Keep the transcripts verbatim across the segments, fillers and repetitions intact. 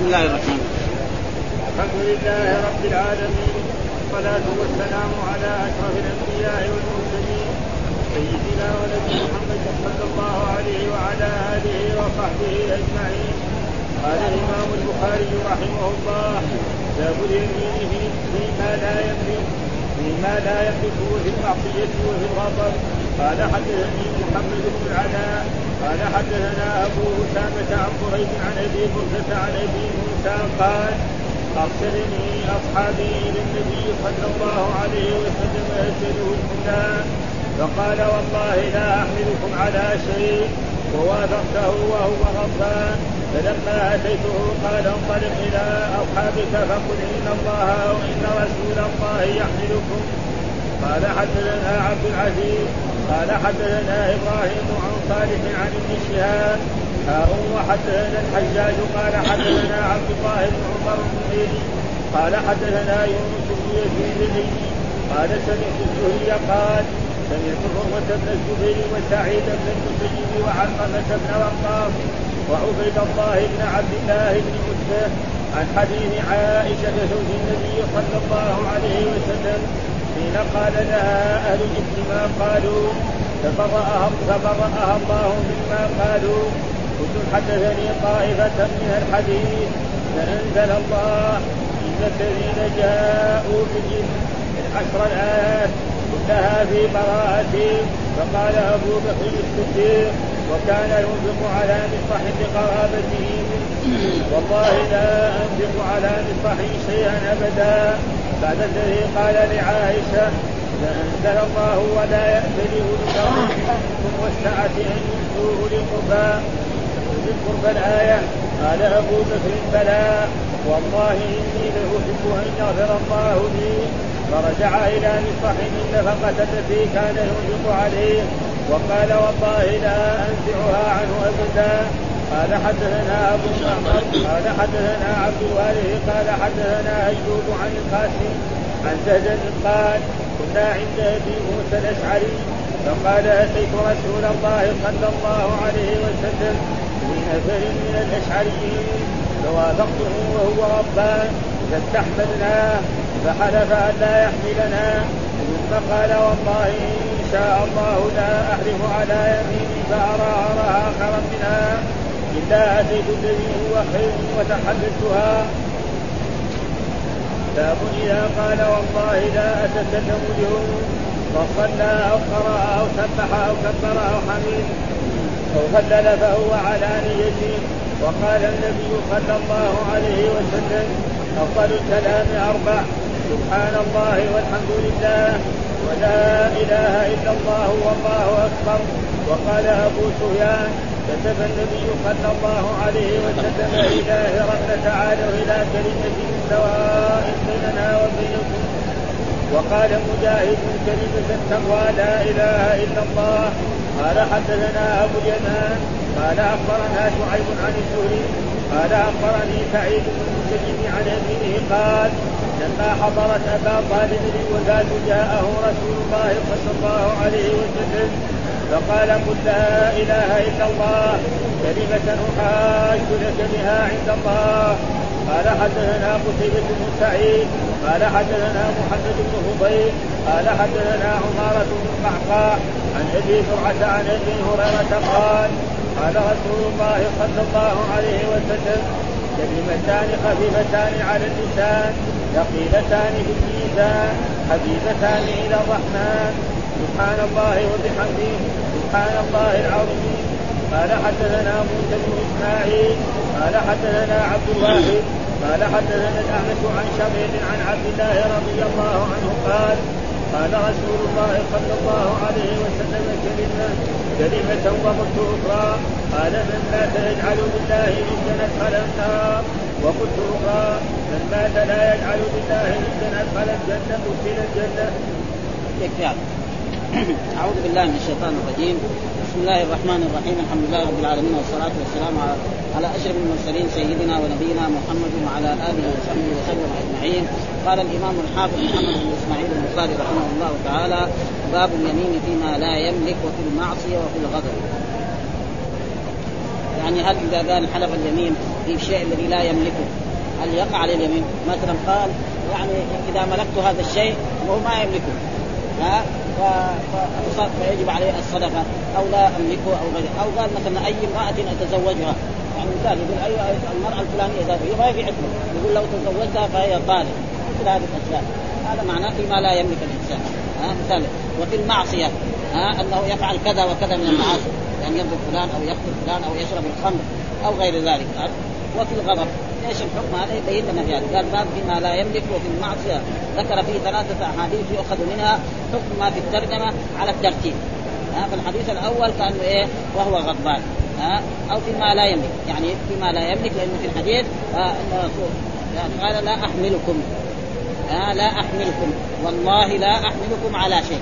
بسم الله الرحمن الرحيم. الحمد لله رب العالمين والصلاة والسلام على أشرف الأنبياء والمرسلين سيدنا ونبينا محمد صلى الله عليه وعلى آله وصحبه أجمعين. قال الإمام البخاري رحمه الله: باب اليمين فيما لا يملك فيما لا يملكه في المعصية وفي الغضب. قال حدثني محمد بن العلاء قال حدثنا أبو أسامة عن قريب عن أبي بردة عن أبي موسى قال: أرسلني أصحابي إلى النبي صلى الله عليه وسلم يسأله الهدى فقال: والله لا أحملكم على شيء. ووافقته وهو غضبان. فلما أتيته قال: انطلق إلى أصحابك فقل إن الله وإن رسول الله يحملكم. قال حدثنا عبد العزيز قال حدثنا إبراهيم عن صالح عن ابن شهاب وحدثنا الحجاج قال حدثنا عبد الله بن عمر بن قال حدثنا يونس بن يزيد قال سمعت الزهري قال: سمعت عروة بن الزبير وسعيد بن المسيب وعلقمة بن وقاص وعبيد الله بن عبد الله بن مسلم عن حديث عائشة زوج النبي صلى الله عليه وسلم حين قال لها أهل الإثم ما قالوا فبرأها فبرأها الله مما قالوا. كنت حدثني طائفة من الحديث فأنزل الله: إن الذين جاءوا بالإثم العشر الآيات كلها في براءتي. فقال أبو بكر الصديق وكان ينفق على مصطح لقرابته منه: والله لا أنفق على مصطح شيئا أبدا. بعد الذي قال لعائشة: فأنزل الله: ولا يأتل أولو منكم والسعة أن يؤتوا أولي القربى بالقربى الآية. قال أبو بكر: بلى والله إني لأحب أن يغفر الله لي. فرجع إلى مصطح النفقة التي كان ينفق عليه وقال: والله لا أنزعها عنه أبدا. قال حدثنا أبو معمر قال حدثنا عبد الوارث قال حدثنا أيوب عن القاسم عن زهد قال: كنا عند أبي موسى الأشعري فقال: أتيت رسول الله صلى الله عليه وسلم في نفر من الأشعريين فوافقته وهو غضبان فاستحملناه فحلف أن لا يحملنا. ثم قال: والله إن شاء الله لا أحلف على يميني فأرى أراها خيرا منها إلا أتيت الذي هو خير وتحللتها. باب إذا قال: والله لا أتكلم اليوم وصلى أو قرأ أو سبح أو كبر أو حميد أو هلل فهو على نيته. وقال النبي صلى الله عليه وسلم: أفضل الكلام أربع: سبحان الله والحمد لله ولا إله إلا الله والله أكبر. وقال أبو سفيان: كتب النبي صلى الله عليه وسلم إلى هرقل: تعالوا إلى كلمة سواء بيننا وبينكم. وقال مجاهد: كلمة التقوى لا إله إلا الله. قال حدثنا أبو اليمان قال أخبرنا شعيب عن الزهري قال أخبرني سعيد بن المسيب عن أبيه قال: لما حضرت أبا طالب الوفاة جاءه رسول الله صلى الله عليه وسلم فقال: قل لا إله إلا الله كلمة أحاج لك بها عند الله. قال حدثنا قتيبة بن سعيد قال حدثنا محمد بن فضيل قال حدثنا عمارة بن قعقاع عن أبي زرعة عن أبي هريرة قال: قال رسول الله صلى الله عليه وسلم: كلمتان خفيفتان على اللسان ثقيلتان في الميزان حبيبتان إلى الرحمن: سبحان الله وبحمده سبحان الله العظيم. قال حدثنا موسى بن إسماعيل قال حدثنا عبد الواحد قال حدثنا الأعمش عن شقيق عن عبد الله رضي الله عنه قال: قال رسول الله صلى الله عليه وسلم: كلمة كلمة وقلت أخرى. قال: من مات يجعل بالله ندا أدخل النار. وقلت أخرى: من مات لا يجعل بالله ندا أدخل الجنة أدخل الجنة. أعوذ بالله من الشيطان الرجيم. بسم الله الرحمن الرحيم. الحمد لله رب العالمين والصلاة والسلام على أشرف المرسلين سيدنا ونبينا محمد وعلى آله وصحبه وسلم أجمعين. قال الإمام الحافظ محمد بن إسماعيل البخاري رحمه الله تعالى: باب اليمين فيما لا يملك وفي المعصية وفي الغضب. يعني هل إذا قال حلف اليمين في الشيء الذي لا يملكه، هل يقع عليه اليمين؟ مثلا قال يعني إذا ملكت هذا الشيء وهو ما يملكه ها فيجب عليه الصدقة أو لا أملكه أو غيره. أو قال مثلا أي امرأة أتزوجها، يعني مثال يقول أي المرأة الفلانية إذا هي ما في عدة يقول لو تزوجتها فهي طالق، مثل هذه الأشياء. هذا معناه فيما لا يملك الإنسان. ها مثال وفي المعصية ها أنه يفعل كذا وكذا من المعاصي، يعني يضرب فلان أو يقتل فلان أو يشرب الخمر أو غير ذلك. وفي الغضب ايش الحكم؟ هذا يبين لنا في هذا. قال باب فيما لا يملك وفي المعصية، ذكر فيه ثلاثة أحاديث يؤخذ منها حكم ما في الترجمة على الترتيب. ها في الحديث الأول كأنه إيه وهو غضبان، ها أو فيما لا يملك، يعني فيما لا يملك لأنه في الحديث آه يعني قال لا أحملكم آه لا أحملكم والله لا أحملكم على شيء.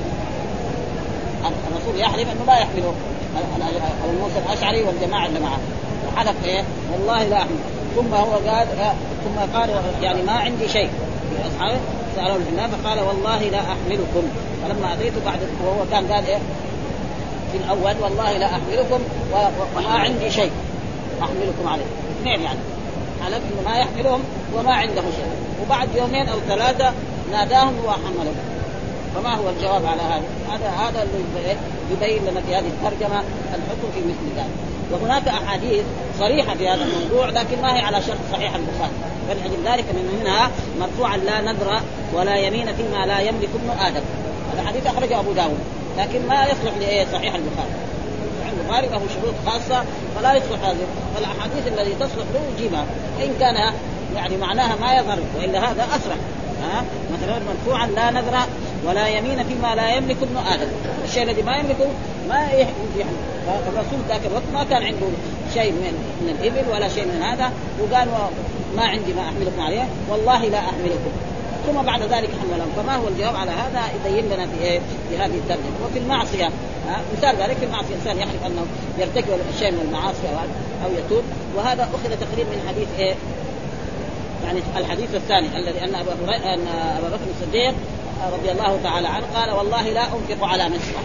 الرسول يحلف أنه لا يحمله أو موسى الأشعري والجماعة اللي معه، حلف إيه والله لا أحمل. ثم هو قال آه ثم قال يعني ما عندي شيء. أصحابه سألوا النبي فقال والله لا أحملكم. فلما أتيت بعد وهو كان قال إيه في الأول والله لا أحملكم وما عندي شيء أحملكم عليه، اثنين يعني حلف إنه ما يحملهم وما عنده شيء. وبعد يومين أو ثلاثة ناداهم وحملهم. فما هو الجواب على هذا؟ هذا هذا اللي يبين لنا في هذه الترجمة الحكم في مثل ذلك. وهناك أحاديث صريحة في هذا الموضوع لكن ما هي على شرط صحيح البخاري، فلأجل ذلك من منها مرفوعا لا نذر ولا يمين فيما لا يملك ابن آدم. هذا حديث أخرجه أبو داود لكن ما يصلح لصحيح البخاري. صحيح البخاري له شروط خاصة فلا يصلح هذه. فالأحاديث التي تصلح له يجيبها إن كان يعني معناها ما يظهر، وإلا هذا أسرع. ها مثلا مرفوعا لا نذر ولا يمين فيما لا يملك ابن آدم، الشيء الذي ما يملكه ما يحمل. فالرسول ذاك الوقت ما كان عنده شيء من من الإبل ولا شيء من هذا، وقال ما عندي ما أحملكم عليه والله لا أحملكم. ثم بعد ذلك حملهم. فما هو الجواب على هذا؟ يبين لنا في إيه في هذه الترجمة. وفي المعصية مثال ذلك في المعصية إنسان يحلف أنه يرتكب شيء من المعاصي أو يتوب، وهذا أخذ تقريبا من حديث إيه يعني الحديث الثاني الذي أن أبا هريرة أن أبا بكر الصديق رضي الله تعالى عنه قال والله لا أنفق على مصلح.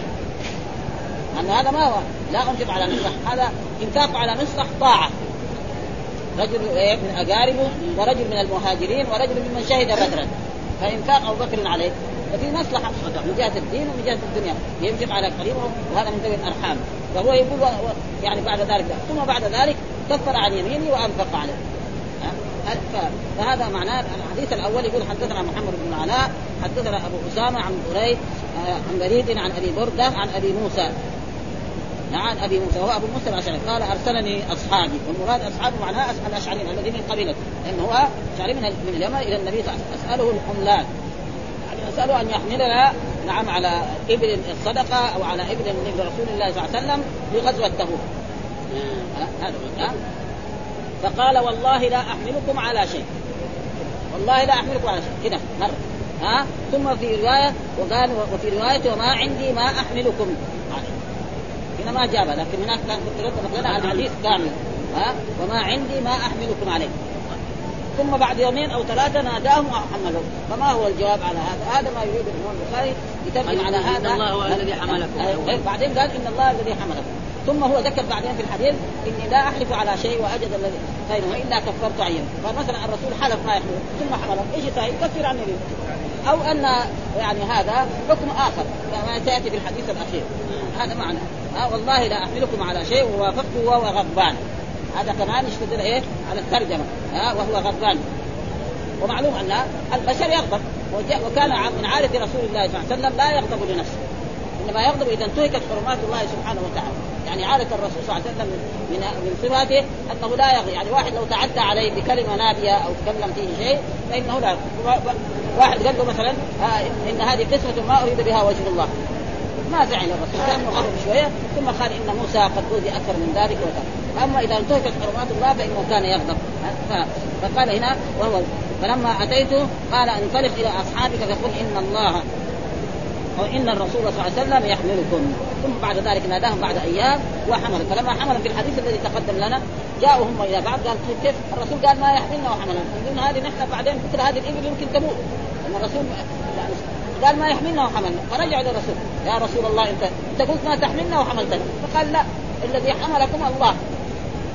أن هذا ما هو لا أنفق على مصلح، هذا إنفاق على مصلح طاعة. رجل من أقاربه ورجل من المهاجرين ورجل من شهد بدرا، فإنفاق أبو بكر عليه ففي مصلحة من جهة الدين ومن جهة الدنيا، ينفق على قريبه وهذا من ذوي الأرحام. فهو يقول يعني بعد ذلك ثم بعد ذلك كفر عن يمينه وأنفق عليه. فهذا معناه الحديث الأول يقول حدثنا محمد بن علاء حدثنا أبو أسامة عن بريد عن بريد عن أبي بردة عن أبي موسى عن أبي موسى وهو أبو موسى الأشعري قال أرسلني أصحابي، والمراد أصحابه معناه الأشعريين الذين من قبيلته، لأنه هو أشعري من من اليمن إلى النبي صلى الله عليه وسلم. أسأله الحملان، يعني أسأله أن يحملنا نعم على إبل الصدقة أو على إبل من رسول الله صلى الله عليه وسلم لغزوة تبوك. هذا فقال والله لا أحملكم على شيء، والله لا أحملكم على شيء كده مرة. ها ثم في رواية وقال وفي رواية وما عندي ما أحملكم عليه، هنا ما جابها لكن هناك كان قلت لنا الحديث كامل. ها وما عندي ما أحملكم عليه. ثم بعد يومين أو ثلاثة ناداهم وحملهم. فما هو الجواب على هذا؟ هذا ما يريد الإمام البخاري يترجم على هذا. الله هو الذي حملكم. بعدين قال إن الله الذي حملكم. ثم هو ذكر بعدين في الحديث إني لا أحلف على شيء وأجد الذي خيره إلا كفرت عينه. فمثلا الرسول حلف ما يحمل ثم حمله، إيش يسوي؟ يكفر عنه. أو أن يعني هذا حكم آخر كما سيأتي في الحديث الأخير. هذا معنى ها والله لا أحملكم على شيء ووافقته وهو غضبان. هذا كمان يشتغل إيه على الترجمة ها وهو غضبان. ومعلوم أن البشر يغضب، وكان من عادة رسول الله صلى الله عليه وسلم لا يغضب لنفسه، إنما يغضب إذا انتهكت حرمات الله سبحانه وتعالى. يعني عادة الرسول صلى الله عليه وسلم من من صفاته أنه لا يغضب. يعني واحد لو تعدى عليه بكلمة نابية أو تكلم فيه شيء فإنه لا. واحد قال له مثلا إن هذه قسمة ما أريد بها وجه الله، ما زعل الرسول كان غضب شوية ثم قال إن موسى قد أوذي أكثر من ذلك وذلك. أما إذا انتهكت حرمات الله فإنه كان يغضب. فقال هنا وهو فلما أتيته قال انطلق إلى أصحابك فقل إن الله أو إن الرسول صلى الله عليه وسلم يحملكم. ثم بعد ذلك ناداهم بعد أيام وحمل. فلما حمل في الحديث الذي تقدم لنا جاءوا هم إلى بعض قال كيف الرسول قال ما يحملنا وحملنا، يقولون هذه نحن بعدين فكرة هذه الإبل يمكن تموت، أن الرسول يعني قال ما يحملنا وحملنا. فرجعوا إلى الرسول يا رسول الله أنت أنت قلت ما تحملنا وحملتنا. فقال لا، الذي حملكم الله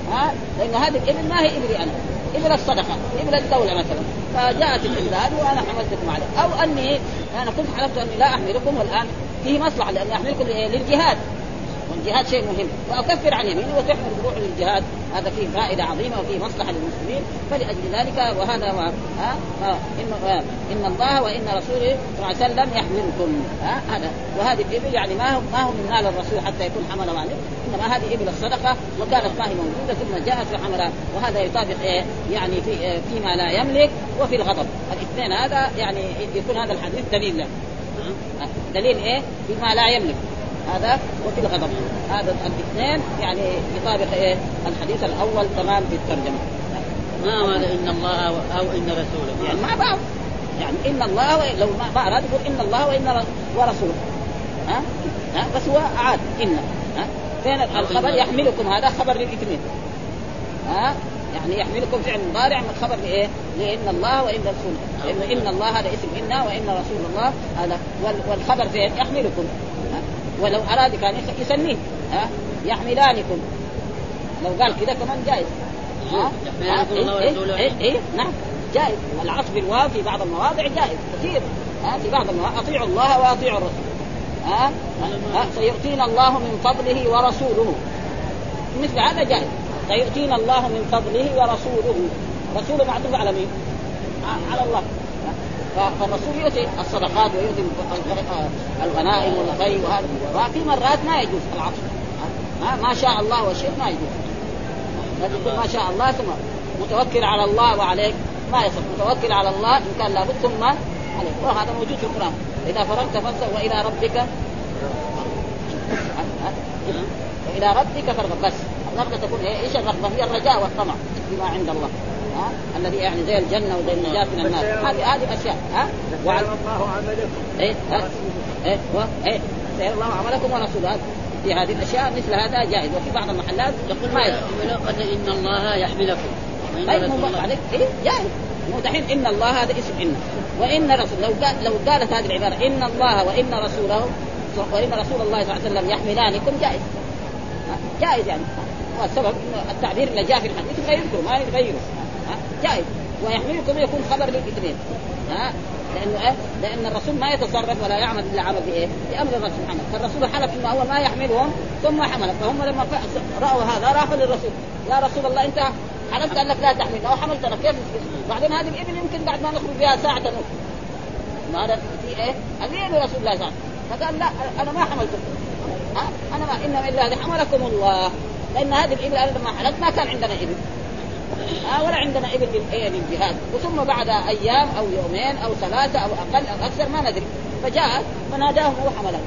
ها لأن هذه الإبل ما هي إبلي أنا، إبل الصدقة، إبل الدولة مثلا، فجاءت الإبل هذه وأنا حملتكم عليه، أو أني أنا كنت حلفت أني لا أحملكم والآن فيه مصلحة لأني أحملكم للجهاد، والجهاد شيء مهم، فأكفر عن يميني وتحمل روح للجهاد، هذا فيه فائدة عظيمة وفيه مصلحة للمسلمين، فلأجل ذلك وهذا ها ها إن, إن الله وإن رسوله صلى الله عليه وسلم يحملكم ها هذا. وهذه الإبل يعني ما هو ما هو من مال الرسول حتى يكون حمل عليه، إنما هذه إبل الصدقة وكانت ما هي موجودة ثم جاءت وحملها، وهذا يطابق إيه يعني في فيما لا يملك وفي الغضب، الاثنين هذا يعني يكون هذا الحديث دليل له، دليل إيه فيما لا يملك هذا وفي الغضب، هذا الاثنين يعني يطابق إيه الحديث الأول تمام في الترجمة. ما هذا إن الله أو إن رسوله يعني مع بعض، يعني إن الله لو ما بعد يقول إن الله وإن ورسوله ها ها بس هو عاد إن ها فين الخبر يحملكم، هذا خبر للاثنين ها يعني يحملكم فعل مضارع من خبر لإيه لإن الله وإن رسوله، إن إن الله هذا اسم إن وإن رسول الله هذا، والخبر فين يحملكم، ولو أراد كان يسميه ها يحملانكم، لو قال كذا كمان جائز ها يحملانكم إيه إيه إيه إيه نعم جائز، العطف بالواو في بعض المواضع جائز كثير ها في بعض المواضع، أطيعوا الله وأطيعوا الرسول ها, ها سيؤتينا الله من فضله ورسوله، مثل هذا جائز، سيؤتينا الله من فضله ورسوله، رسوله معطوف على مين؟ على الله، فالرسول يؤتي الصدقات ويؤتي الغنائم والخير وهذا، وفي مرات ما يجوز العطف ما شاء الله وشيء ما يجوز، لازم يقول ما شاء الله ثم متوكل على الله وعليك ما يصح، متوكل على الله إن كان لابد ثم عليك، وهذا موجود في القرآن إذا فرغت فانصب وإلى ربك وإلى ربك فارغب، بس الرغبة تكون ايش الرغبة؟ هي الرجاء والطمع بما عند الله ها الذي يعني زي الجنة وزي النجاة من النار، هذه هذه أشياء ها وعلى الله عملكم إيه ها إيه و إيه سير الله عملكم ورسوله، في هذه الأشياء مثل هذا جائز، وفي بعض المحلات يقول ما يقول إن الله يحملكم طيب مو عليك إيه جائز، مو دحين إن الله هذا اسم إن وإن رسول، لو قال لو قالت هذه العبارة إن الله وإن رسوله وإن رسول الله صلى الله عليه وسلم يحملانكم جائز جائز يعني، والسبب التعبير اللي جاء في الحديث ما يذكر ما يغيره جائز، ويحملكم يكون خبر للاثنين ها لأنه إيه؟ لأن الرسول ما يتصرف ولا يعمل إلا عمل بإيه؟ بأمر الرسول محمد، فالرسول حلف إنه أول ما يحملهم ثم حمل، فهم لما رأوا هذا راحوا للرسول يا رسول الله أنت حلفت أنك لا تحمل أو حملتنا كيف؟ بعدين هذه الإبل يمكن بعد ما نخرج بها ساعة نصف ما هذا في إيه؟ هذه رسول الله صلى فقال لا أنا ما حملتكم ها أنا ما إنما إلا هذه حملكم الله، لأن هذه الإبل أنا لما حلفت ما كان عندنا إبل ها ولا عندنا إبل للجهاد، وثم بعد أيام أو يومين أو ثلاثة أو أقل أو أكثر ما ندري فجاء فناداهم وحملهم،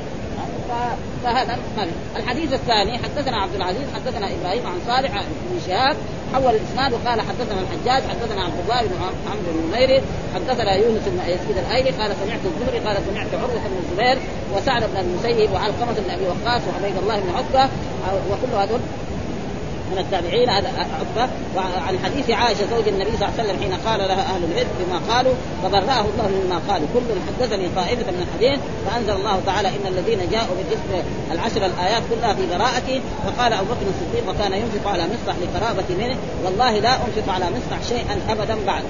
فهذا الحديث الثاني. حدثنا عبد العزيز حدثنا إبراهيم عن صالح بن شهاب حول الإسناد وقال حدثنا الحجاج حدثنا عبد الله بن عمرو بن نمير حدثنا يونس بن يزيد الأيلي قال سمعت الزهري قال سمعت عروة بن الزبير وسعد بن المسيب وعلقمة بن أبي وقاص وعبيد الله بن عتبة وكل هذول من التابعين هذا عتبة، وعن حديث عائشة زوج النبي صلى الله عليه وسلم حين قال لها أهل العلم بما قالوا فبرأه الله مما قالوا كل حدثني طائفة من الحديث، فأنزل الله تعالى إن الذين جاءوا بالإثم العشر الآيات كلها في براءتي، فقال أبو بكر الصديق وكان ينفق على مصطح لقرابة منه والله لا أنفق على مصطح شيئا أبدا بعد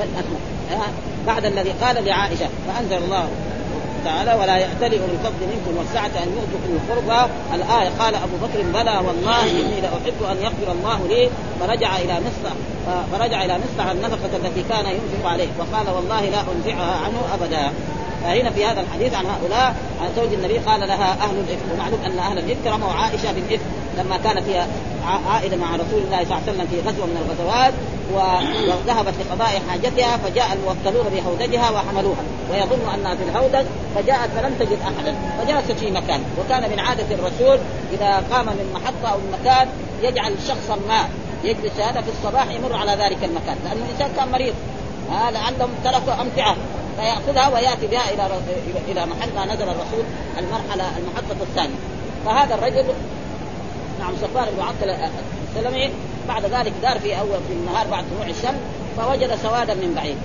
بعد الذي قال لعائشة، فأنزل الله تعالى ولا يأتل أولي الفضل منكم والسعة أن يؤتوا أولي القربى الآية. قال أبو بكر بلى والله إني لأحب أن يغفر الله لي، فرجع إلى مصطح فرجع إلى مصطح النفقة التي كان ينفق عليه، وقال والله لا أنزعها عنه أبدا. فهنا في هذا الحديث عن هؤلاء عن زوج النبي قال لها أهل الإفك، ومعلوم أن أهل الإفك رموا عائشة بالإفك لما كانت هي عائدة مع رسول الله صلى الله عليه وسلم في غزوة من الغزوات وذهبت لقضاء حاجتها، فجاء الموكلون بهودجها وحملوها ويظن أنها في الهودج، فجاءت فلم تجد أحدا فجلست في مكان، وكان من عادة الرسول إذا قام من محطة أو من مكان يجعل شخصا ما يجلس هذا في الصباح يمر على ذلك المكان، لأن الإنسان كان مريض آه لعلهم تركوا أمتعة فيأخذها ويأتي بها إلى إلى محل ما نزل الرسول المرحلة المحطة الثانية. فهذا الرجل نعم صفوان بن معطل السلمي بعد ذلك دار في أول في النهار بعد طلوع الشمس فوجد سوادا من بعيد،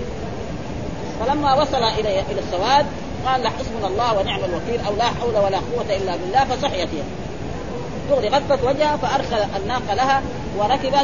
فلما وصل إلى إلى السواد قال له حسبنا الله ونعم الوكيل أو لا حول ولا قوة إلا بالله، فصحيت دغري غطت وجهها فأرخى الناقة لها وركبت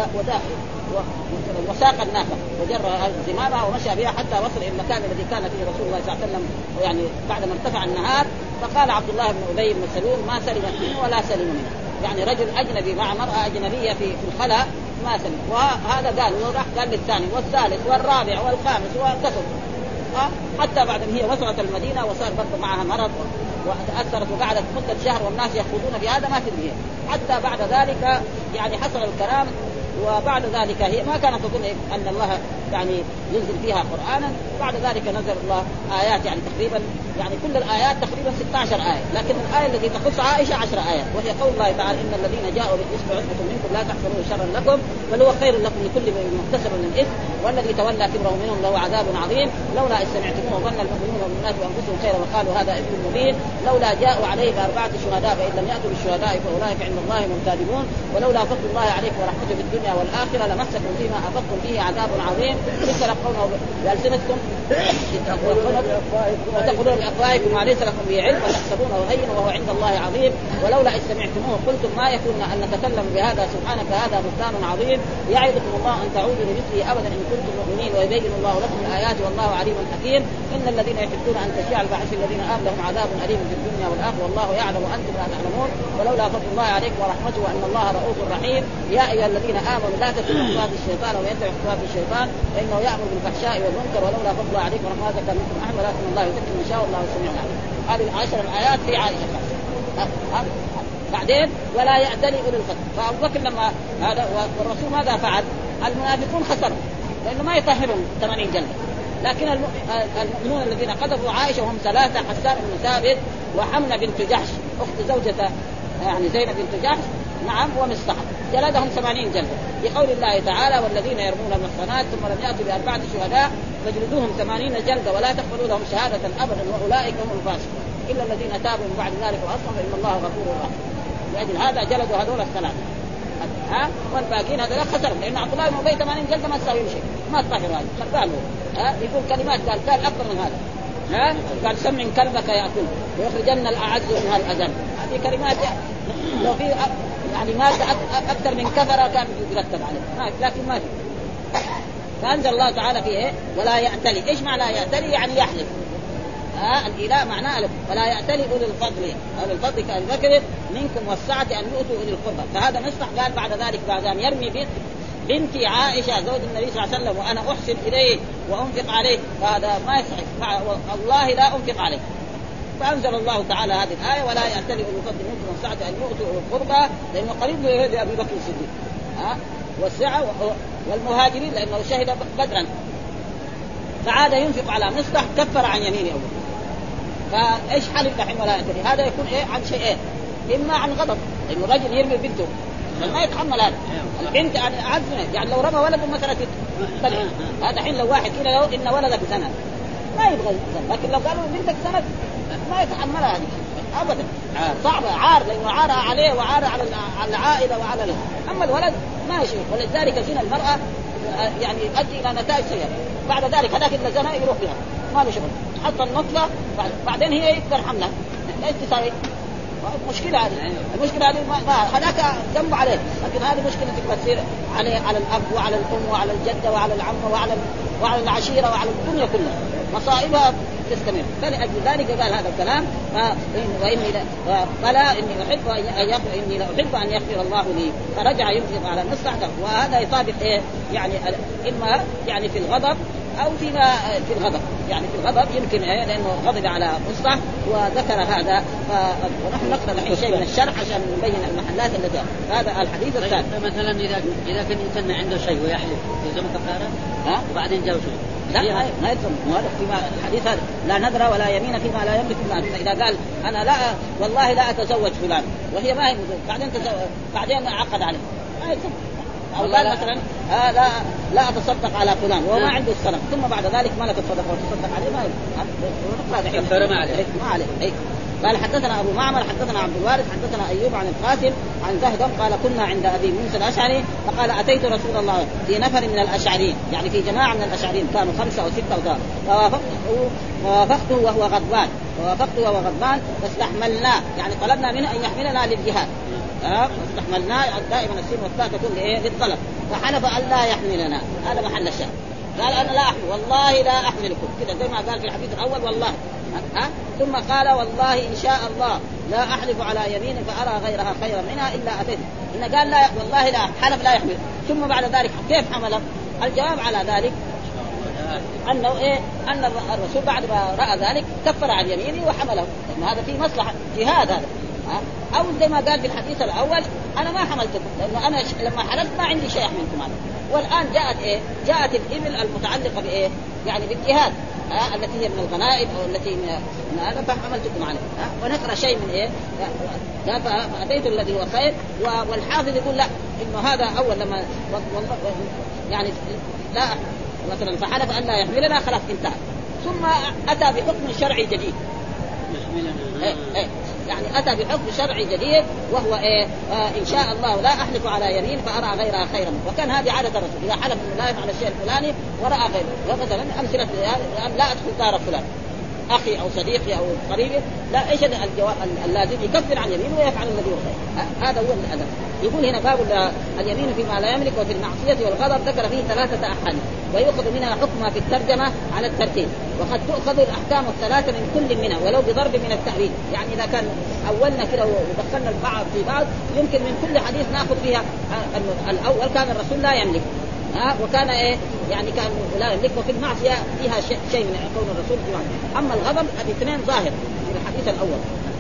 وساق الناقة وجر زمامها ومشى بها حتى وصل إلى المكان الذي كان فيه رسول الله صلى الله عليه وسلم، يعني بعد ما ارتفع النهار. فقال عبد الله بن أبي بن سلول ما سلم منه ولا سلم منه، يعني رجل أجنبي مع مرأة أجنبية في الخلاء ما سلم. وهذا قال وراح قال للثاني والثالث والرابع والخامس وقصد أه؟ حتى بعد ما هي وصلت المدينة وصار برضه معها مرض وتأثرت وقعدت مدة شهر والناس يخوضون في هذا ما تدري. حتى بعد ذلك يعني حصل الكلام. وبعد ذلك هي ما كانت تظن أن الله يعني ينزل فيها قرآنا. بعد ذلك نزل الله آيات يعني تقريبا يعني كل الآيات تقريبا ستة عشر آية، لكن الآية التي تخص عائشة عشر آيات، وهي قول الله تعالى إن الذين جاءوا بالإثم عصبة منكم لا تحسبوه شرا لكم بل هو خير لكم لكل من اكتسب من الإثم والذي تولى كبره منهم له عذاب عظيم لولا إذ سمعتموه ظن المؤمنون والمؤمنات بأنفسهم خيرا وقالوا هذا إثم مبين لولا جاءوا عليه بأربعة شهداء فإن لم يأتوا بالشهداء فأولئك عند الله هم كاذبون ولولا فضل الله عليكم ورحمته في الدنيا والآخرة لمسكم فيما أفضتم فيه عذاب عظيم إذ تلقونه بألسنتكم وتقولون بأفواهكم ما ليس لكم به علم وتحسبونه هين وهو عند الله عظيم ولولا إذ سمعتموه قلتم ما يكون أن نتكلم بهذا سبحانك هذا بهتان عظيم يعظكم الله أن تعودوا لمثله أبدا إن كنتم مؤمنين ويبين الله لكم الآيات والله عليم حكيم إن الذين يحبون أن تشيع الفاحشة الذين آمنوا لهم عذاب أليم في الدنيا والآخرة والله يعلم وأنتم لا تعلمون ولولا فضل الله عليكم ورحمته وأن الله رؤوف رحيم يا أيها الذين آمنوا لا تتبعوا خطوات الشيطان ويتبع خطوات الشيطان فإنه يأمر بالفحشاء والمنكر ولولا فضل الله عليكم ورحمته كان منكم أحد ولكن الله يزكي من شاء الله سميع عليم. هذه العشر الآيات في عائشة بعدين ولا يأتلي أولي الفضل. فأبو بكر لما هذا والرسول ماذا فعل؟ المنافقون خسروا لأنه ما يطهرهم ثمانين جلدة، لكن المؤمنون الذين قذفوا عائشة وهم ثلاثة حسان بن ثابت وحمنة بنت جحش أخت زوجة يعني زينب بنت جحش نعم ومصطفى جلدهم ثمانين جلدة لقول الله تعالى والذين يرمون المحصنات ثم لم يأتوا بأربعة شهداء فاجلدوهم ثمانين جلدة ولا تقبلوا لهم شهادة أبدا وأولئك هم الفاسقون إلا الذين تابوا من بعد ذلك وأصلحوا فإن الله غفور رحيم. لأجل هذا جلدوا هذول الثلاثة ها والباقين هذول خسروا لأن عبد الله بن أبي ثمانين جلدة ما تساوي شيء ما تطهر هذا خبال ها يقول كلمات قال قال أكثر من هذا ها قال سمع كلبك يأكل ويخرجن الأعز منها الأذل. هذه كلمات لو في يعني مات أكثر من كثرة كان يترتب عليه لكن ما في. فأنزل الله تعالى فيه ولا يأتلي. إيش معنى يأتلي؟ يعني يحلف ها الإله معناه ألف ولا يأتلي أولي الفضل أولي الفضل كأبي بكر منكم والسعة أن يؤتوا أولي القربى. فهذا مصطح قال بعد ذلك بعد أن يرمي بنت بنتي عائشة زوج النبي صلى الله عليه وسلم وأنا أحسن إليه وأنفق عليه فهذا ما يصح والله لا أنفق عليه. فأنزل الله تعالى هذه الآية ولا يأتلي أولي الفضل منكم والسعة أن يؤتوا أولي القربى لأنه قريب لأبي بكر الصديق ها والسعة والمهاجرين لأنه شهد بدرا فعاد ينفق على مصطح كفر عن يمينه أول. فإيش حلف دحين ولا يأتلي؟ هذا يكون إيه عن شيئين إما عن غضب لأنه رجل يرمي بنته ما يتحمل هذا البنت عزمه يعني لو رمى ولده مثلا هذا حين لو واحد كده لو إن ولدك سنة ما يبغى لكن لو قالوا بنتك سنة ما يتحملها هذه أبدا صعبة عار لأنه عار عليه وعار على العائلة وعلى له. أما الولد ما يشوف ولذلك زنا المرأة يعني يؤدي إلى نتائج سيئة. بعد ذلك هذاك اللي زنا يروح بها ما له شغل حط النطفة بعدين هي يقدر حملها ايش تساوي؟ مشكلة هذه المشكلة هذه ما هذاك ذنب عليه لكن هذه مشكلة تقدر تصير عليه على الأب وعلى الأم وعلى الجدة وعلى العم وعلى وعلى العشيرة وعلى الدنيا كلها مصائبها تستمر. فلأجل ذلك قال هذا الكلام وإني لا فلا إني أحب أن يغفر إني لا أحب أن يغفر الله لي فرجع ينفق على مصلحته. وهذا يطابق إيه يعني إما يعني في الغضب أو فيما في الغضب يعني في الغضب يمكن إيه لأنه غضب على مصلح وذكر هذا. ونحن نقرأ الحين شيء من الشرح عشان نبين المحلات التي هذا الحديث الثاني. مثلا إذا إذا كان الإنسان عنده شيء ويحلف يلزم كفارة ها وبعدين جاء شيء لا ما يلزم هذا فيما الحديث هذا لا نذر ولا يمين فيما لا يملك المال. إذا قال أنا لا والله لا أتزوج فلان وهي ما هي بعدين تزوج بعدين عقد عليه ما يلزم. أو قال مثلا آه لا لا أتصدق على فلان وما عنده السلام ثم بعد ذلك ما لك تصدق وتصدق عليه ما يلزم كفارة ما عليه ما عليه. قال حدثنا أبو معمر حدثنا عبد الوارث حدثنا أيوب عن القاسم عن زهدم قال كنا عند أبي موسى الأشعري فقال أتيت رسول الله في نفر من الأشعريين يعني في جماعة من الأشعريين كانوا خمسة أو ستة أو فوافقته ووافقته وهو غضبان ووافقته وهو غضبان فاستحملناه يعني طلبنا منه أن يحملنا للجهاد ها استحملنا دائما السين والتاء تكون لايه للطلب. فحلف ان لا يحملنا هذا محل الشاهد. قال انا لا احمل والله لا احملكم كذا زي ما قال في الحديث الاول والله ها. ثم قال والله ان شاء الله لا احلف على يمين فارى غيرها خيرا منها الا اتيت. ان قال لا والله لا حلف لا يحمل ثم بعد ذلك كيف حمله؟ الجواب على ذلك انه ايه ان الرسول بعد ما راى ذلك كفر عن يمينه وحمله لان هذا في مصلحه جهاد هذا. او زي ما قال في الحديث الاول انا ما حملتكم لانه انا لما حلفت ما عندي شيء احملكم عنه. والان جاءت ايه جاءت الابل المتعلقه بايه يعني بالجهاد ها التي هي من الغنائم او التي من هذا فحملتكم عنه. ونقرا شيء من ايه لا فاتيت الذي هو خير. والحافظ يقول لا انه هذا اول لما يعني لا مثلا فحلف ان لا يحملنا خلاص انتهى. ثم اتى بحكم شرعي جديد إيه إيه يعني اتى بحكم شرعي جديد وهو ايه آه ان شاء الله لا احلف على يمين فارى غيرها خيرا. وكان هذه عاده الرسول اذا حلف انه لا يفعل الشيء الفلاني وراى غيره. مثلا امثله لا ادخل دار فلان اخي او صديقي او قريبي لا ايش الجواب اللازم يكفر عن يمينه ويفعل الذي هو خير. هذا هو الادب. يقول هنا باب اليمين فيما لا يملك وفي المعصيه والغضب ذكر فيه ثلاثه احاديث ويؤخذ منها حكمها في الترجمه على الترتيب. وقد تؤخذ الاحكام الثلاثه من كل منها ولو بضرب من التأويل. يعني اذا كان اولنا كده ودخلنا البعض في بعض يمكن من كل حديث ناخذ فيها الاول كان الرسول لا يملك ها وكان ايه يعني كان لا يملك. وفي المعصيه فيها شيء, شيء من كون الرسول في معصية. اما الغضب الاثنين ظاهر في الحديث الاول.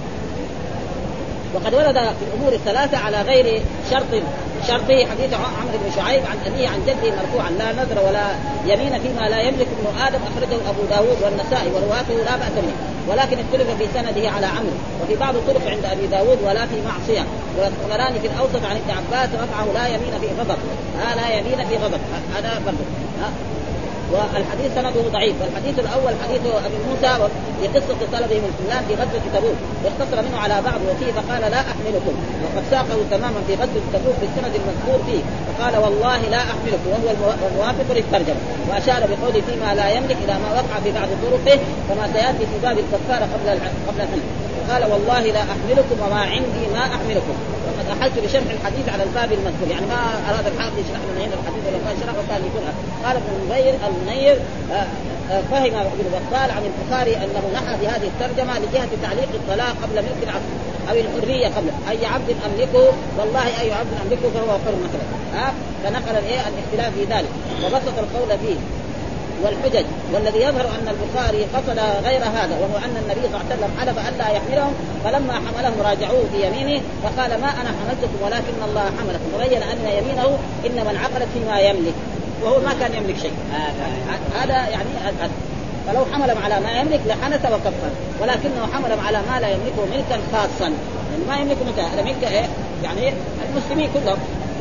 وقد ورد في الامور الثلاثه على غير شرط شرطه حديث عمرو بن شعيب عن أبيه عن جده مرفوعا لا نذر ولا يمين فيما لا يملك ابن آدم أخرجه أبو داود والنسائي ورواته لا بأس منه. ولكن اختلف في سنده على عمرو وفي بعض الطرق عند أبي داود ولا في معصية. والطبراني في الأوسط عن ابن عباس رفعه لا يمين في غضب ها لا يمين في غضب هذا برضه. والحديث سنده ضعيف. والحديث الأول حديث أبي موسى في قصة طلبه من فلان في غزوة تبوك واختصر منه على بعض وفيه فقال لا أحملكم. وقد ساقه تماما في غزوة تبوك بالسند المذكور فيه فقال والله لا أحملكم وهو الموافق للترجمة. وأشار بقوله فيما لا يملك إلى ما وقع في بعض طرقه كما سيأتي في باب الكفارة قبل قبل الحلف. قال والله لا أحملكم وما عندي ما أحملكم. وقد أحلت بشرح الحديث على الباب المذكور. يعني ما أراد الحافظ يشرح لنا هنا الحديث ولا ما شرح وكان يقولها. قال ابن المنير المنير فهم ابن بطال عن البخاري أنه نحى بهذه الترجمة لجهة تعليق الطلاق قبل ملك العبد أو الحرية قبل أي عبد أملكه والله أي عبد أملكه فهو حر مثلا ها فنقل الإيه الاختلاف في ذلك وبسط القول فيه والحجج. والذي يظهر أن البخاري قصد غير هذا وهو أن النبي صلى الله عليه وسلم حلف ألا يحملهم فلما حملهم راجعوه في يمينه فقال ما أنا حملتكم ولكن الله حملكم. وبين أن يمينه إنما انعقدت فيما يملك وهو ما كان يملك شيء. هذا يعني فلو حملهم على ما يملك لحنث وكفر ولكنه حملهم على ما لا يملكه ملكا خاصا يعني ما يملك ملكا هذا ملك إيه يعني المسلمين كلهم.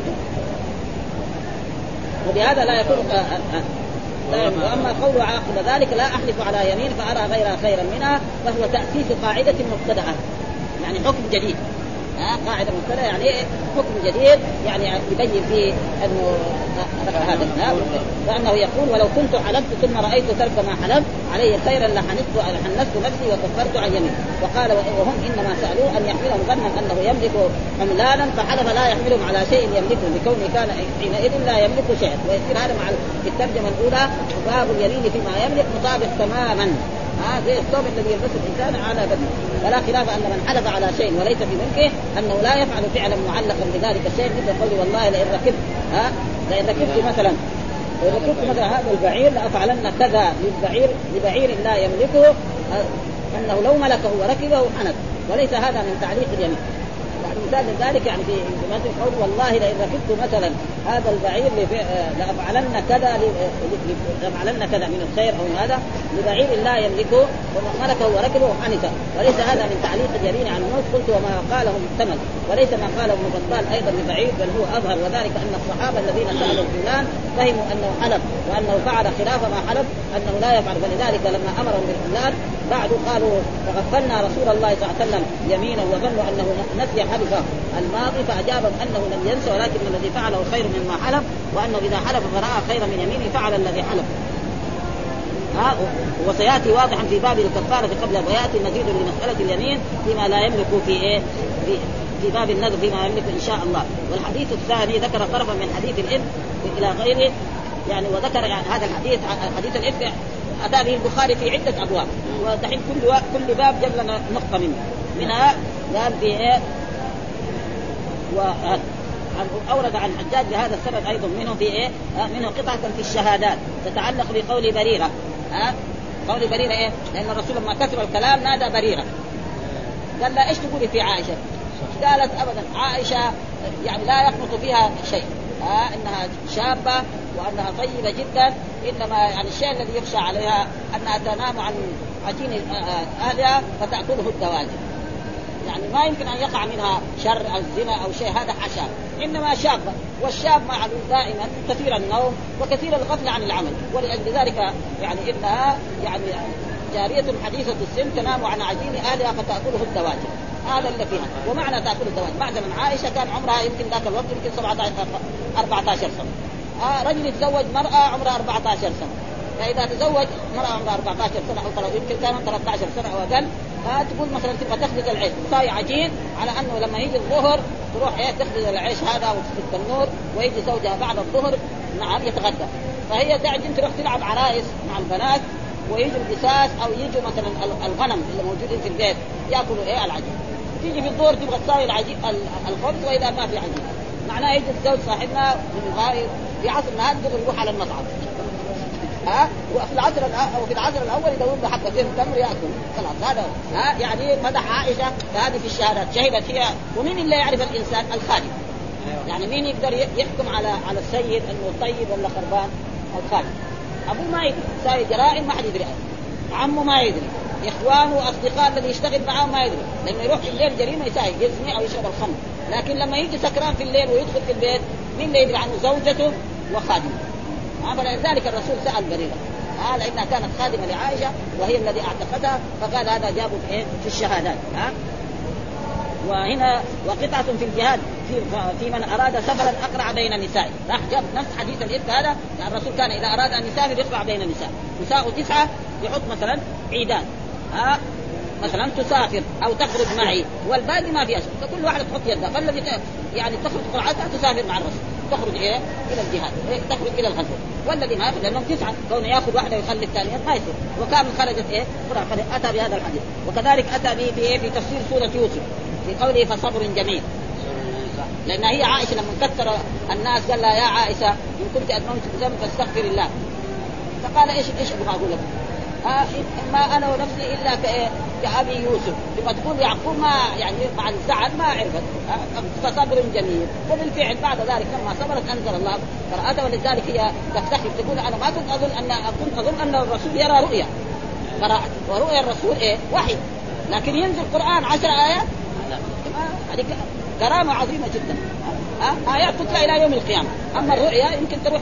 وبهذا لا يكون وأما قول عاقب ذلك لا أحلف على يمين فأرى غيرها خيرا منها فهو تأسيس قاعدة مبتدأة يعني حكم جديد ها قاعدة مبتدأة يعني حكم جديد يعني يبين فيه أنه هذا فأنه يقول ولو كنت حلفت ثم رأيت ترك ما حلفت عليه خيرا لحنست لحنست نفسي وكفرت عن يمين. وقال وهم إنما سألوه أن يحملهم ظنا أنه يملك حملانا فحلف لا يحملهم على شيء يملكه بكونه كان حينئذ لا يملك شيئا. ويصير هذا مع الترجمة الأولى باب اليمين فيما يملك مطابق تماما ها زي الثوب الذي يلبسه الإنسان على بدنه. ولا خلاف أن من حلف على شيء وليس في ملكه أنه لا يفعل فعلا معلقا بذلك الشيء مثل قول والله لئن ركبت ها لئن ركبت مثلا لئن ركبت مثلا هذا البعير لأفعلن كذا للبعير لبعير لا يملكه أنه لو ملكه وركبه حنث وليس هذا من تعليق اليمين. مثال ذلك يعني في مثل قول والله لئن ركبت مثلا هذا البعير لأفعلن كذا لأفعلن كذا من الخير أو هذا لبعير لا يملكه وملكه وركبه حنث وليس هذا من تعليق اليمين عن الموت. قلت وما قاله محتمل وليس ما قاله ابن بطال أيضا لبعير بل هو أظهر. وذلك أن الصحابة الذين سألوا فلان فهموا أنه حلف وأنه فعل خلاف ما حلف أنه لا يفعل. فلذلك لما أمرهم بالإحلال بعد قالوا فغفلنا رسول الله صلى الله عليه وسلم يمينه وظنوا أنه نسي حلفه الماضي فأجابهم أنه لم ينسى ولكن الذي فعله خير مما حلف وأنه إذا حلف فرأى خيرا من يمينه فعل الذي حلف. ها وسيأتي واضحا في باب الكفارة قبل ويأتي مزيد لمسألة اليمين فيما لا يملك في إيه في في باب النذر فيما يملك إن شاء الله. والحديث الثاني ذكر طرفا من حديث الإفك إلى غيره يعني، وذكر يعني هذا الحديث حديث الإفك أتى به البخاري في عدة أبواب، ودحين كل كل باب جاب لنا نقطة منه منها قال بإيه وأورد عن حجاج بهذا السبب أيضا منه في إيه منه قطعة في الشهادات تتعلق بقول بريرة. ها قول بريرة إيه؟ لأن الرسول لما كثر الكلام نادى بريرة قال لا إيش تقولي في عائشة؟ قالت أبدا عائشة يعني لا يخلط فيها شيء، ها إنها شابة وأنها طيبة جدا، إنما يعني الشيء الذي يخشى عليها أنها تنام عن عجين أهلها فتأكله الدواجن، يعني ما يمكن أن يقع منها شر أو الزنا أو شيء، هذا حشا، إنما شابة، والشاب معلوم دائما كثير النوم وكثير الغفلة عن العمل، ولأجل ذلك يعني إنها يعني جارية حديثة السن تنام عن عجين أهلها فتأكله الدواجن، هذا اللي فيها. ومعنى تأكل الدواجن مثلا عائشة كان عمرها يمكن ذاك الوقت يمكن سبعة عشر أربعة عشر سنة، آه رجل يتزوج مرأة عمرها أربعة عشر سنة، فإذا تزوج مرأة عمرها أربعة عشر سنة أو يمكن كان ثلاثة عشر سنة أو أقل، آه تقول مثلا تبغى تخبز العيش صاي عجين، على أنه لما يجي الظهر تروح إيه تخبز العيش هذا وتسكت النور، ويجي زوجها بعد الظهر نعم يتغدى، فهي تعجن تروح تلعب عرايس مع البنات، ويجوا القساس أو يجوا مثلا الغنم اللي موجودين في البيت يأكلوا إيه العجين، تيجي في الظهر تبغى تساوي العجين الخبز، وإذا ما في عجين معناه يجي الزوج صاحبنا من الغاية في عصر النهار دغري يروح على المطعم، ها وفي العصر أو في العصر الأول يدور له حبتين تمر يأكل خلاص، هذا ها يعني مدح عائشة هذه في الشهادات شهدت فيها. ومين اللي يعرف الإنسان؟ الخادم، يعني مين يقدر يحكم على على السيد إنه طيب ولا خربان؟ الخادم. أبوه ما يدري، ساوي جرائم ما حد يدري، عمه ما يدري، إخوانه وأصدقاء الذي يشتغل معهم ما يدري، لأنه يروح في الليل جريمة يساوي يزني أو يشرب الخمر، لكن لما يجي سكران في الليل ويدخل في البيت مين اللي يدري عنه؟ زوجته وخادمه. فلذلك الرسول سأل بريرة آه لأنها كانت خادمة لعائشة وهي الذي اعتقدها، فقال هذا جابوا في, إيه؟ في الشهادات. ها وهنا وقطعة في الجهاد في, في من أراد سفرا أقرع بين النساء، راح جاب نفس حديث الإفك هذا، يعني الرسول كان إذا أراد أن يسافر يقرع بين النساء، نساء تسعة يحط مثلا عيدان، ها مثلا تسافر أو تخرج معي والباقي ما في أشياء، فكل واحدة تحط يدها، فالذي يعني تخرج قرعتها تسافر مع الرسول، تخرج إيه إلى الجهاد، إيه؟ تخرج إلى الغزو، والذي ما يأخذ لأنهم تسعة كونه يأخذ واحدة ويخلي الثانية ما يصير، وكان خرجت إيه قرعة، أتى بهذا الحديث. وكذلك أتى به في إيه في تفسير سورة يوسف في قوله فصبر جميل، لأن هي عائشة لما كثر الناس قال لها يا عائشة إن كنت أذنبت ذنب فاستغفر الله، فقال إيش إيش أبغى أقول لك؟ آه ما أنا ونفسي إلا كأبي يوسف، لما تقول يعقوب ما يعني مع الزعل ما عرفت، آه فصبر جميل. وبالفعل بعد ذلك لما صبرت أنزل الله قرأته، ولذلك هي تفتخر تقول أنا ما كنت أظن أن كنت أظن أن الرسول يرى رؤيا قرأت، ورؤيا الرسول إيه وحي، لكن ينزل القرآن عشر آيات هذه كرامة عظيمة جدا، ها آيات تطلع إلى يوم القيامة، أما الرؤيا يمكن تروح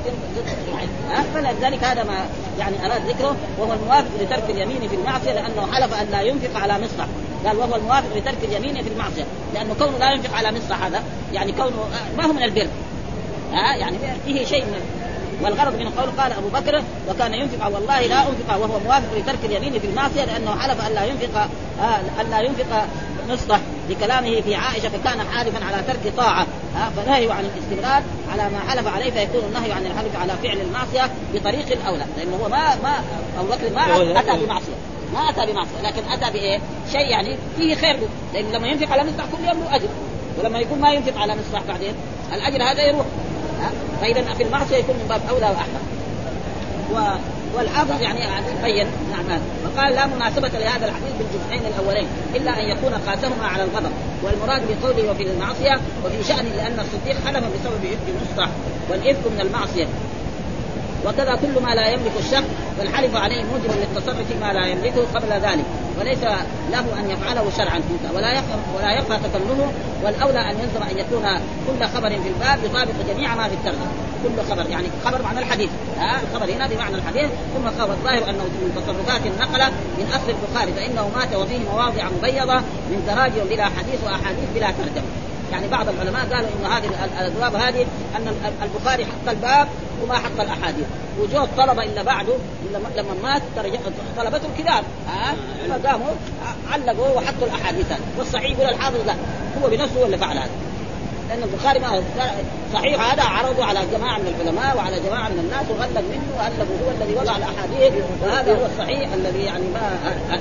ها فلذلك هذا ما يعني أراد ذكره. وهو الموافق لترك اليمين في المعصية لأنه حلف أن لا ينفق على مصلح، قال وهو الموافق لترك اليمين في المعصية لأنه كونه لا ينفق على مصلح هذا يعني كونه ما هو من البر، ها يعني فيه شيء من والغرض من القول. قال أبو بكر وكان ينفق والله لا أنفق، وهو موافق لترك اليمين في المعصية لأنه حلف أن لا ينفق أن لا ينفق مصلح لكلامه في عائشة، فكان حالفا على ترك طاعة، فنهي عن الاستمرار على ما حلف عليه، فيكون النهي عن الحلف على فعل المعصية بطريق الأولى، لأنه هو ما ما أبو بكر ما أتى بمعصية، ما أتى بمعصية لكن أتى بإيه شيء يعني فيه خير له، لأن لما ينفق على مصلح كل يوم له أجر، ولما يكون ما ينفق على مصلح بعدين الأجر هذا يروح، فإذا في المعصية يكون من باب أولى وأحسن. و والحافظ يعني يبين نعم، وقال لا مناسبة لهذا الحديث بالجزئين الأولين إلا أن يكون قاسمهما على الغضب، والمراد بقوله وفي المعصية وفي شأن لأن الصديق حلف بسبب إفك المصلح والإفك من المعصية، وكذا كل ما لا يملك الشخص والحلف عليه موجب للتصرف فيما لا يملكه قبل ذلك، وليس له أن يفعله شرعا ولا يخفى ولا يخفى تكلمه. والأولى أن يلزم أن يكون كل خبر في الباب يطابق جميع ما في الترجمة، كل خبر يعني خبر معنى الحديث، ها الخبر هنا بمعنى الحديث. ثم خبر الظاهر أنه من تصرفات النقلة من أصل البخاري، فإنه مات وفيه مواضع مبيضة من تراجم بلا حديث وأحاديث بلا ترجمة، يعني بعض العلماء قالوا إن هذه الأبواب هذه أن البخاري حط الباب وما حط الأحاديث، وجود طلبة إلا بعده لما مات طلبته الكتاب ها فقاموا علقوا وحطوا الأحاديث. والصحيح يقول الحافظ لا هو بنفسه ولا فعل هذا، لأن البخاري ما صحيح هذا عرضوا على جماعة من العلماء وعلى جماعة من الناس وغلق منه وألفوا هو الذي وضع الأحاديث، وهذا هو الصحيح الذي يعني ما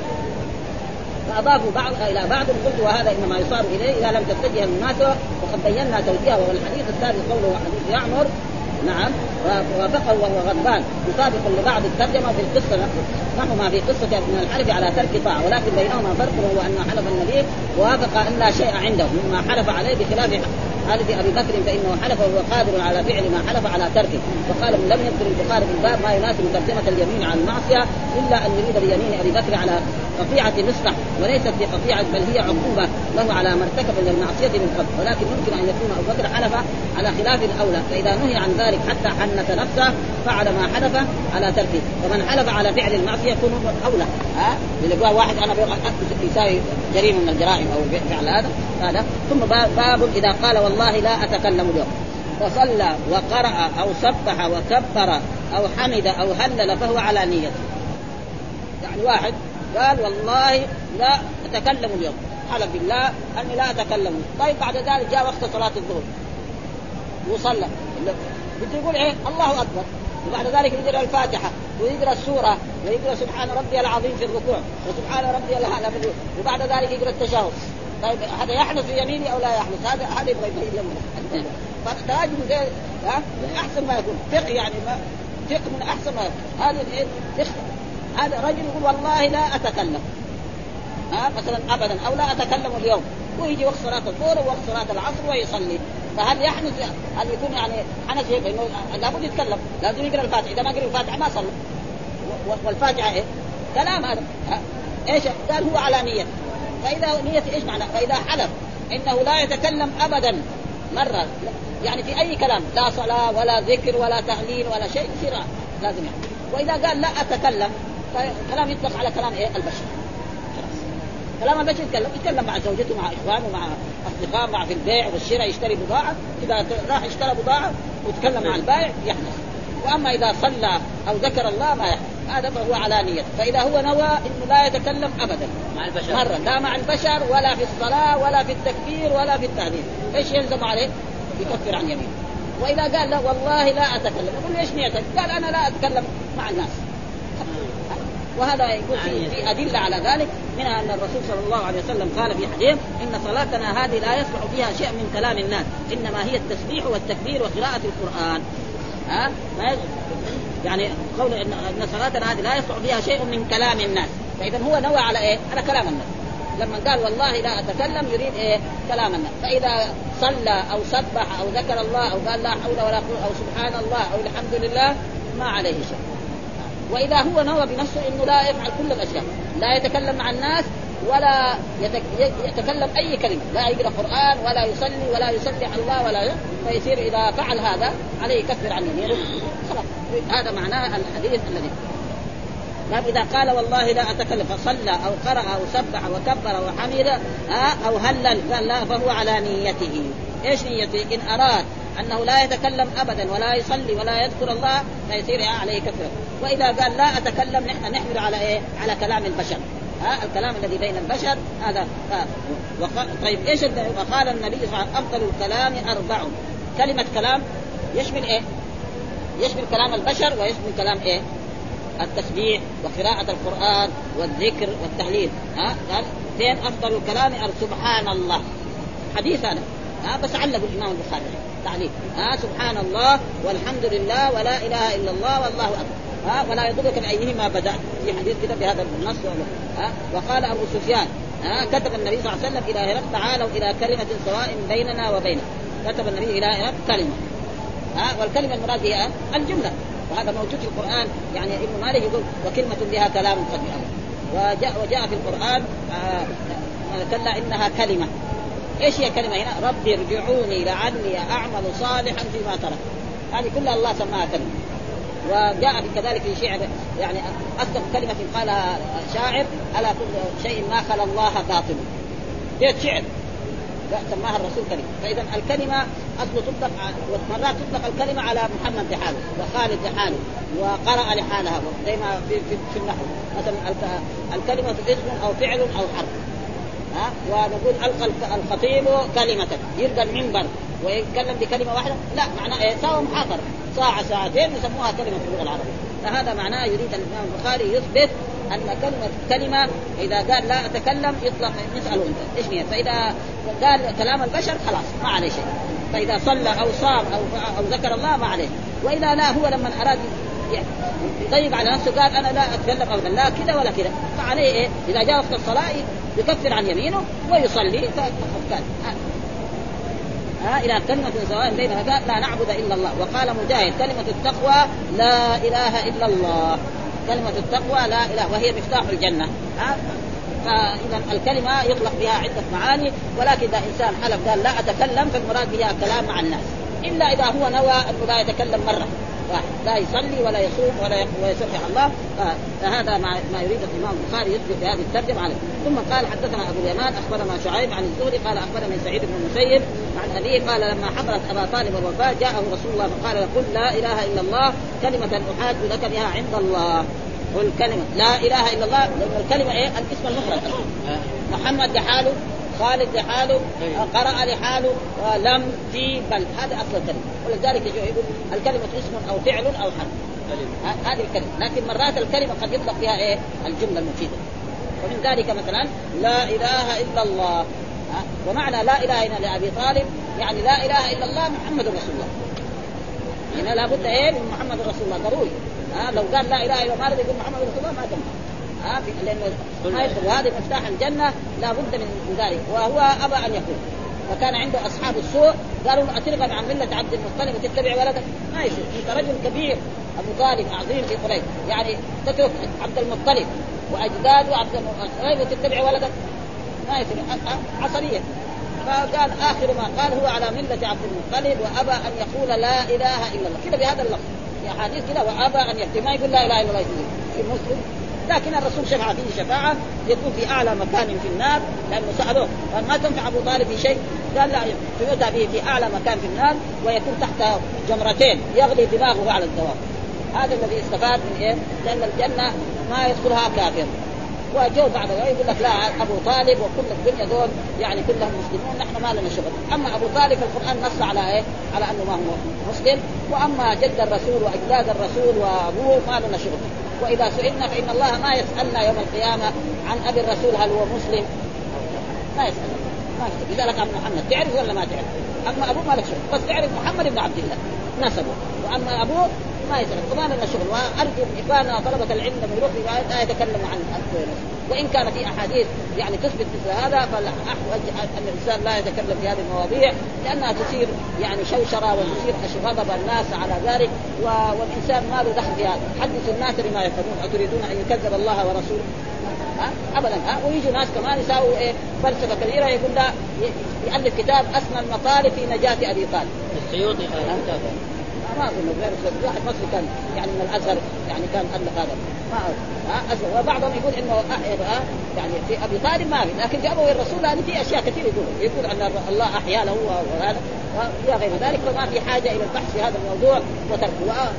فأضافوا بعض إلى بعض. قلت وهذا إنما يصار إليه إذا لم تتجه المناسبة، وقد بينا توجيهه. والحديث الثالث قوله حديث يعمر نعم وافقه وهو غضبان مطابق لبعض الترجمة في القصة نحو ما في قصة ابن الحلف على ترك طاعة، ولكن بينهما فرق وهو أن حلف النبي ووافق أن لا شيء عنده مما حلف عليه بخلاف حالف أبي بكر فإنه حلف وهو قادر على فعل ما حلف على تركه. وقال لم يذكر البخاري في الباب ما يناسب ترجمة اليمين عن المعصية إلا أن يريد بيمين أبي بكر على قطيعة مصلح وليست بقطيعة بل هي عقوبة له على ما ارتكب من المعصية من قبل، ولكن ممكن أن يكون أبو بكر حلف على خلاف الأولى، فإذا نهي عن ذلك حتى حنث نفسه فعل ما حلف على تركه. ومن حلف على فعل المعصية يكون أولى ها يقول واحد أنا يساوي جريمة من الجرائم أو فعل هذا هذا. ثم باب إذا قال والله لا أتكلم اليوم وصلى وقرأ أو سبح وكبر أو حمد أو هلل فهو على نيته. يعني واحد قال والله لا أتكلم اليوم حلف بالله أني لا أتكلم، طيب بعد ذلك جاء وقت صلاة الظهر وصلى بده يقول إيه الله أكبر، وبعد ذلك يقرأ الفاتحة ويقرأ السورة ويقرأ سبحان ربي العظيم في الركوع وسبحان ربي الأعلى في الركوع، وبعد ذلك يقرأ التشهد. طيب هذا يحدث في يمينه أو لا يحدث؟ هذا هذا يبغى يبين فتراجم زي ها أحسن ما يكون فقه، يعني ما فقه من أحسن ما يكون. هذا إيه فقه. هذا رجل يقول والله لا أتكلم ها مثلا أبدا أو لا أتكلم اليوم، ويجي وقت صلاة الظهر ووقت صلاة العصر ويصلي، فهل يحدث هل يكون يعني حدث إنه لابد يتكلم لازم يقرأ الفاتحة، إذا ما قرأ الفاتحة ما صلى. والفاتحة إيه كلام هذا إيش قال هو على نية، فإذا نية إيش معنى؟ فإذا حلف إنه لا يتكلم أبدا مرة يعني في أي كلام لا صلاة ولا ذكر ولا تهليل ولا شيء يصير لازم يعني. وإذا قال لا أتكلم فكلام يطلق على كلام إيه البشر، كلام البشر يتكلم يتكلم مع زوجته مع إخوانه مع أصدقاء مع في البيع والشراء يشتري بضاعة، إذا راح اشترى بضاعة وتكلم مع البائع يحدث. وأما إذا صلى أو ذكر الله ما يحدث، هذا فهو على نية. فإذا هو نوى إنه لا يتكلم أبدا مع البشر مرة لا مع البشر ولا في الصلاة ولا في التكبير ولا في التهليل، إيش يلزم عليه؟ يكفر عن يمينه. وإذا قال لا والله لا أتكلم يقول إيش نيتك؟ قال أنا لا أتكلم مع الناس. وهذا يقول في أدلة على ذلك، منها أن الرسول صلى الله عليه وسلم قال في حديث إن صلاتنا هذه لا يصلح فيها شيء من كلام الناس إنما هي التسبيح والتكبير وقراءة القرآن. ها يعني قول إن إن صلاتنا هذه لا يصلح فيها شيء من كلام الناس، فإذا هو نوى على إيه؟ على كلام الناس. لما قال والله لا أتكلم يريد إيه؟ كلام الناس. فإذا صلى أو سبح أو ذكر الله أو قال لا حول ولا قوة أو سبحان الله أو الحمد لله ما عليه شيء. وإذا هو نوى بنفسه إنه لا يفعل كل الأشياء، لا يتكلم مع الناس ولا يتكلم أي كلمة، لا يقرأ قرآن ولا يصلي ولا يصلي على الله ولا ي... فيصير إذا فعل هذا عليه يكفر عن يمينه خلاص. هذا معناه الحديث الذي إذا قال والله لا أتكلم فصلى أو قرأ أو سبح وكبر وحمد أو هلل قال لا فهو على نيته. إيش نيته؟ إن أراد أنه لا يتكلم أبدا ولا يصلي ولا يذكر الله فيصير عليه كفر. وإذا قال لا أتكلم نحن نحمل على إيه؟ على كلام البشر، ها الكلام الذي بين البشر هذا. وق... طيب إيش وقال النبي صلى الله عليه وسلم أفضل الكلام أربع. كلمة كلام يشمل إيه؟ يشمل كلام البشر ويشمل كلام إيه؟ التسبيح وقراءة القرآن والذكر والتهليل. ها قال فين أفضل الكلام سبحان الله، حديث هذا ها بس علق الإمام البخاري تعليق ها سبحان الله والحمد لله ولا إله إلا الله والله أكبر ها ولا يضرك بأيهما بدأ في حديث كده بهذا النص. ها وقال أبو سفيان ها كتب النبي صلى الله عليه وسلم إلى هرقل تعالوا إلى كلمة سواء بيننا وبينك. كتب النبي إلى هرقل كلمة ها والكلمة المراد هي الجملة، وهذا موجود في القرآن. يعني ابن مالك يقول وكلمة بها كلام قد وجاء وجاء في القرآن آه كلا إنها كلمة. إيش هي كلمة هنا؟ ربي ارجعوني لعلي أعمل صالحا فيما ترك. هذه كلها الله سماها كلمة. وجاء كذلك في شعر يعني أصدق كلمة قالها شاعر ألا كل شيء ما خلا الله باطل. بيت شعر سماها الرسول كلمة. فإذا الكلمة أصل تطلق مرات تطلق الكلمة على محمد لحاله وخالد لحاله وقرأ لحالها زي ما في, في, في النحو مثلا الكلمة اسم أو فعل أو حرف. ها ونقول ألقى الخطيب كلمة يلقى المنبر ويتكلم بكلمة واحدة لا معناه إيه ساوى محاضرة ساعة ساعتين يسموها كلمة في اللغة العربية. فهذا معناه يريد الإمام البخاري يثبت أن كلمة كلمة إذا قال لا أتكلم يطلق نسأله أنت إيش هي. فإذا قال كلام البشر خلاص ما عليه شيء. فإذا صلى أو صام أو أو ذكر الله ما عليه. وإذا لا هو لما أراد يضيق على نفسه قال أنا لا أتكلم أبدا لا كذا ولا كذا فعليه إيه إذا جاء وقت الصلاة يكفر عن يمينه ويصلي فقد ها إلى كلمة سواء بيننا قال لا نعبد إلا الله. وقال مجاهد كلمة التقوى لا إله إلا الله. كلمة التقوى لا إله وهي مفتاح الجنة. ها فإذا الكلمة يطلق بها عدة معاني ولكن إذا إنسان حلف قال لا أتكلم فالمراد بها كلام مع الناس إلا إذا هو نوى أنه لا يتكلم مرة واحد لا يصلي ولا يصوم ولا يسبح الله. فهذا ما يريد الإمام البخاري يثبت بهذه الترجمة عليه. ثم قال حدثنا أبو اليمان أخبرنا شعيب عن الزهري قال أخبرني سعيد بن المسيب عن أبيه قال لما حضرت أبا طالب الوفاة جاءه رسول الله فقال قل لا إله إلا الله كلمة أحاج لك بها عند الله. قل كلمة لا إله إلا الله لأن الكلمة إيه الاسم المفرد محمد لحاله خالد لحاله قرأ لحاله ولم في بل هذا أصل الكلمة. ولذلك يقول الكلمة اسم أو فعل أو حرف هذه الكلمة. لكن مرات الكلمة قد يطلق فيها إيه الجملة المفيدة. ومن ذلك مثلا لا إله إلا الله ومعنى لا إله إلا لأبي طالب يعني لا إله إلا الله محمد رسول الله. هنا لابد إيه من محمد رسول الله ضروري. ها لو قال لا إله إلا ما رضي يقول محمد رسول الله ما تنفع. ها لأنه ما يدخل وهذا مفتاح الجنة لابد من ذلك. وهو أبى أن يكون وكان عنده أصحاب السوء قالوا له أترغب عن ملة عبد المطلب وتتبع ولدك ما يصير أنت رجل كبير أبو طالب عظيم في قريش يعني تترك عبد المطلب وأجداد وعبد المطلب وتتبع ولدك ما يصير عصرية. فقال آخر ما قال هو على ملة عبد المطلب وأبى أن يقول لا إله إلا الله كده بهذا اللفظ في حديث كده وأبى أن يكتب ما يقول لا إله إلا الله في مسلم. لكن الرسول شفع فيه شفاعة يكون في أعلى مكان في النار لأنه سألوه قال ما تنفع أبو طالب في شيء قال لا يؤتى به في أعلى مكان في النار ويكون تحت جمرتين يغلي دماغه على الدوام. هذا الذي استفاد من إيه لأن الجنة ما يدخلها كافر. وجو بعد يقول لك لا أبو طالب وكل الدنيا دول يعني كلهم مسلمون نحن ما لنا شغل. أما أبو طالب القرآن نص على إيه على أنه ما هو مسلم وأما جد الرسول وأجداد الرسول وأبوه ما لنا شغل. وإذا سئلنا فإن الله ما يسألنا يوم القيامة عن أبي الرسول هل هو مسلم ما يسألنا ما يسأل. لذلك عن محمد تعرف ولا ما تعرف أما أبوه ما لك شغل بس تعرف محمد بن عبد الله نسبه وأما أبوه ما يسأل وما لنا شغل. وأرجو إخواننا طلبة العلم من يروح لا يتكلم عن أبوه وإن كان في أحاديث يعني تثبت مثل هذا فالأحوج أن الإنسان لا يتكلم في هذه المواضيع لأنها تثير يعني شوشرة وتثير غضب الناس على ذلك والإنسان ما له دخل في هذا. حدثوا الناس لما يفهمون أتريدون أن يكذب الله ورسوله ها أبدا ها. ويجوا ناس كمان يساووا إيه فلسفة كبيرة يقول لا يألف كتاب أسمى المطالب في نجاة أبي طالب السيوطي كتابه ما أظن غير واحد مصري كان يعني من الأزهر يعني كان ألف هذا ما أظن. وبعضهم يقول إنه أحيا يعني في أبي طالب ما في لكن في أبوه الرسول يعني في أشياء كثير يقول يقول أن الله أحيا له وهذا وغير ذلك. فما في حاجة إلى البحث في هذا الموضوع وتركه.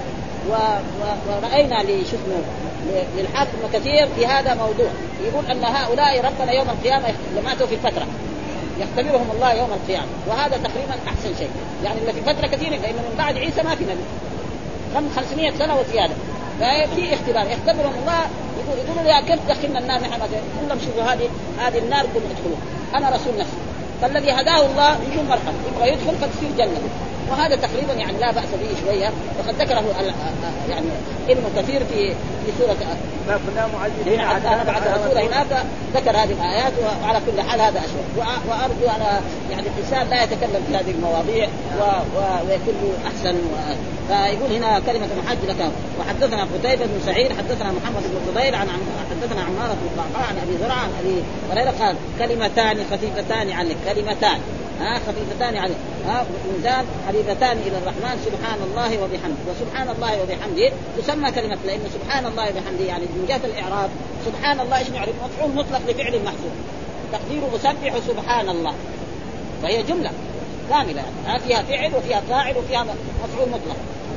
ورأينا لشفنا للحافظ ابن كثير في هذا موضوع يقول أن هؤلاء ربنا يوم القيامة ماتوا في الفترة يختبرهم الله يوم القيامة وهذا تقريبا أحسن شيء يعني اللي في فترة كثيرة لأن من بعد عيسى ما في نبي خمسمائة سنة وزيادة ففي اختبار يختبرهم الله يقول يقولوا يا كيف دخلنا النار نحن كلهم شوفوا هذه هذه النار كلهم يدخلوا أنا رسول نفسي فالذي هداه الله يقول مرحبا يبغى يدخل فتصير جنة. وهذا تقريبا يعني لا بأس به شوية وقد ذكره يعني ابن كثير في في سورة ما كنا معذبين أنا بعد رسول هناك ذكر هذه الآيات. وعلى كل حال هذا أشهر وأرجو أنا يعني الإنسان لا يتكلم في هذه المواضيع ويكون أحسن. فيقول هنا كلمة محج لك. وحدثنا قتيبة بن سعيد حدثنا محمد بن فضيل عن حدثنا عمارة بن قعقاع عن أبي زرعة عن أبي هريرة قال كلمتان خفيفتان عنك كلمتان ها خفيفتان عليه ها ميزان حبيبتان الى الرحمن سبحان الله وبحمده. وسبحان الله وبحمده تسمى كلمه لان سبحان الله وبحمده يعني من جهه الاعراب سبحان الله ايش نعرف مفعول مطلق لفعل محذوف تقديره مسبح سبحان الله فهي جملة كاملة ها فيها فعل وفيها فاعل وفيها مفعول مطلق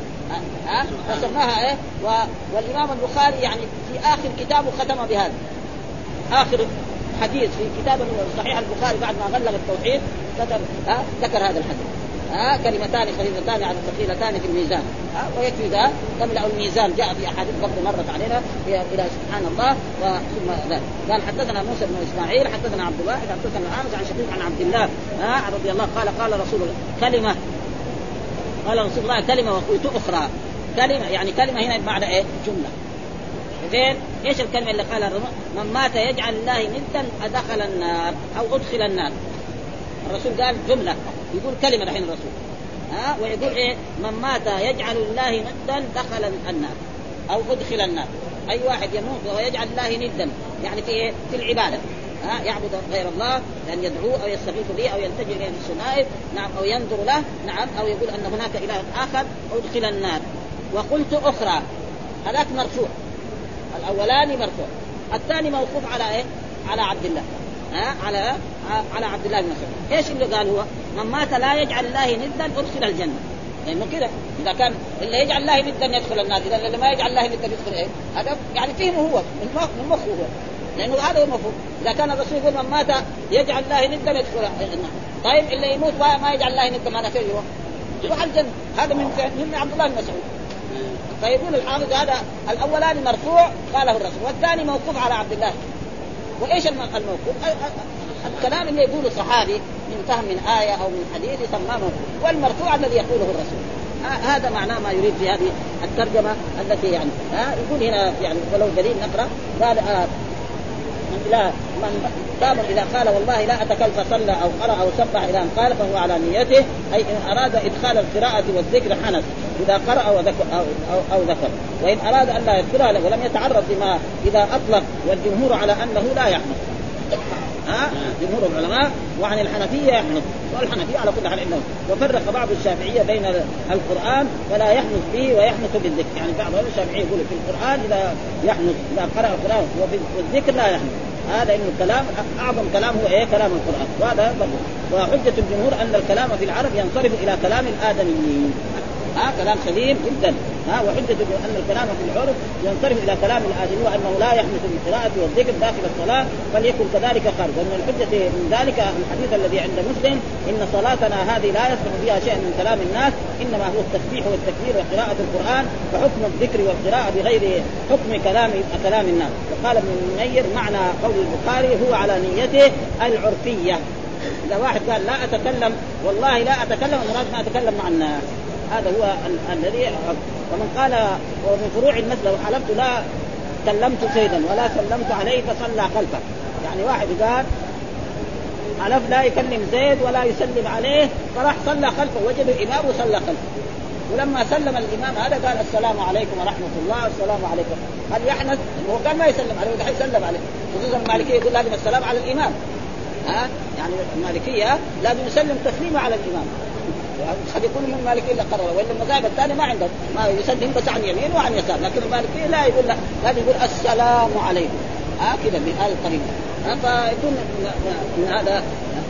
ها فسماها إيه. والإمام البخاري يعني في آخر كتابه ختم بهذا آخر حديث في كتاب صحيح البخاري بعد ما غلق التوحيد كتب ها ذكر هذا الحديث ها كلمتان خفيفتان على ثقيلتان في الميزان ها ويكفي ذا تملأ الميزان. جاء في أحاديث قبل مرت علينا إلى سبحان الله. وثم ذلك قال حدثنا موسى بن إسماعيل حدثنا عبد الله حدثنا عامر عن شقيق عن عبد الله ها رضي الله قال قال رسول الله كلمة قال رسول الله كلمة وقلت أخرى. كلمة يعني كلمة هنا بمعنى إيه جملة. زين إيش الكلمة اللي قالها من مات يجعل الله ندا أدخل النار أو أدخل النار. الرسول قال جملة يقول كلمة الحين الرسول ها ويقول إيه من مات يجعل الله ندا دخل النار أو أدخل النار. أي واحد يموت ويجعل الله ندا يعني في إيه في العبادة ها يعبد غير الله لأن يدعوه أو يستغيث به أو يلتجئ إليه بالشدائد نعم أو ينظر له نعم أو يقول أن هناك إله آخر أدخل النار. وقلت أخرى هذاك مرفوع الأولاني مرفوع الثاني موقوف على إيه على عبد الله ها على على عبد الله بن مسعود. ايش اللي قال هو من مات لا يجعل الله ندا ادخل الجنه لانه كده اذا كان اللي يجعل الله ندا يدخل النار اذا اللي ما يجعل الله ندا يدخل ايه هذا يعني فهمه هو من مخه هو لانه هذا هو المفهوم. اذا كان الرسول يقول من مات يجعل الله ندا يدخل النار طيب اللي يموت ما يجعل الله ندا ماذا فيه هو يروح الجنه. هذا من من عبد الله بن مسعود. فيقول الحافظ هذا الاولاني مرفوع قاله الرسول والثاني موقوف على عبد الله. وايش الموقوف الكلام اللي يقوله الصحابي من فهم من آية أو من حديث يسمى والمرفوع الذي يقوله الرسول. آه هذا معناه ما يريد في هذه الترجمة التي يعني آه يقول هنا يعني ولو دليل نقرأ قال آه من لا من باب إذا قال والله لا أتكلم فصلى أو قرأ أو سبح إلى أن قال فهو على نيته أي إن أراد إدخال القراءة والذكر حنث إذا قرأ أو ذكر أو, أو, أو ذكر وإن أراد أن لا يذكرها ولم يتعرض لما إذا أطلق والجمهور على أنه لا يحنث ها جمهور العلماء وعن الحنفية يحنث والحنفية على كل حال إنه وفرق بعض الشافعية بين القرآن فلا يحنث به ويحنث بالذكر. يعني بعض الشافعية يقول في القرآن إذا يحنث إذا قرأ القرآن وفي الذكر لا يحنث. هذا إنه الكلام أعظم كلام هو إيه كلام القرآن. وهذا وحجة الجمهور أن الكلام في العرب ينصرف إلى كلام الآدميين ها كلام سليم جدا ها وحجة أن الكلام في العرف ينصرف إلى كلام الآدمي وأنه لا يحدث بالقراءة والذكر داخل الصلاة فليكن كذلك خارج. ومن الحجة من ذلك الحديث الذي عند مسلم إن صلاتنا هذه لا يصلح فيها شيء من كلام الناس إنما هو التسبيح والتكبير وقراءة القرآن فحكم الذكر والقراءة بغير حكم كلام كلام الناس. وقال ابن المنير معنى قول البخاري هو على نيته العرفية. إذا واحد قال لا أتكلم والله لا أتكلم المراد ما أتكلم مع الناس هذا هو الذي. ومن قال ومن فروع المسألة وحلفت لا كلمت زيدا ولا سلمت عليه فصلى خلفه. يعني واحد قال حلف لا يكلم زيد ولا يسلم عليه فراح صلى خلفه وجد الإمام وصلى خلفه ولما سلم الإمام هذا قال السلام عليكم ورحمة الله السلام عليكم. هل يحنث؟ هو كان ما يسلم عليه وده يسلم عليه. خصوصا المالكية يقول لازم السلام على الإمام ها يعني المالكية لازم يسلم تسليمه على الإمام. قد يكون من المالكية اللي قرروا وإلا المذاهب الثانية ما عندهم ما يسلم بس عن يمين وعن يسار لكن المالكية لا يقول لا لازم يقول السلام عليكم ها كذا بهذه الطريقة. فيكون من هذا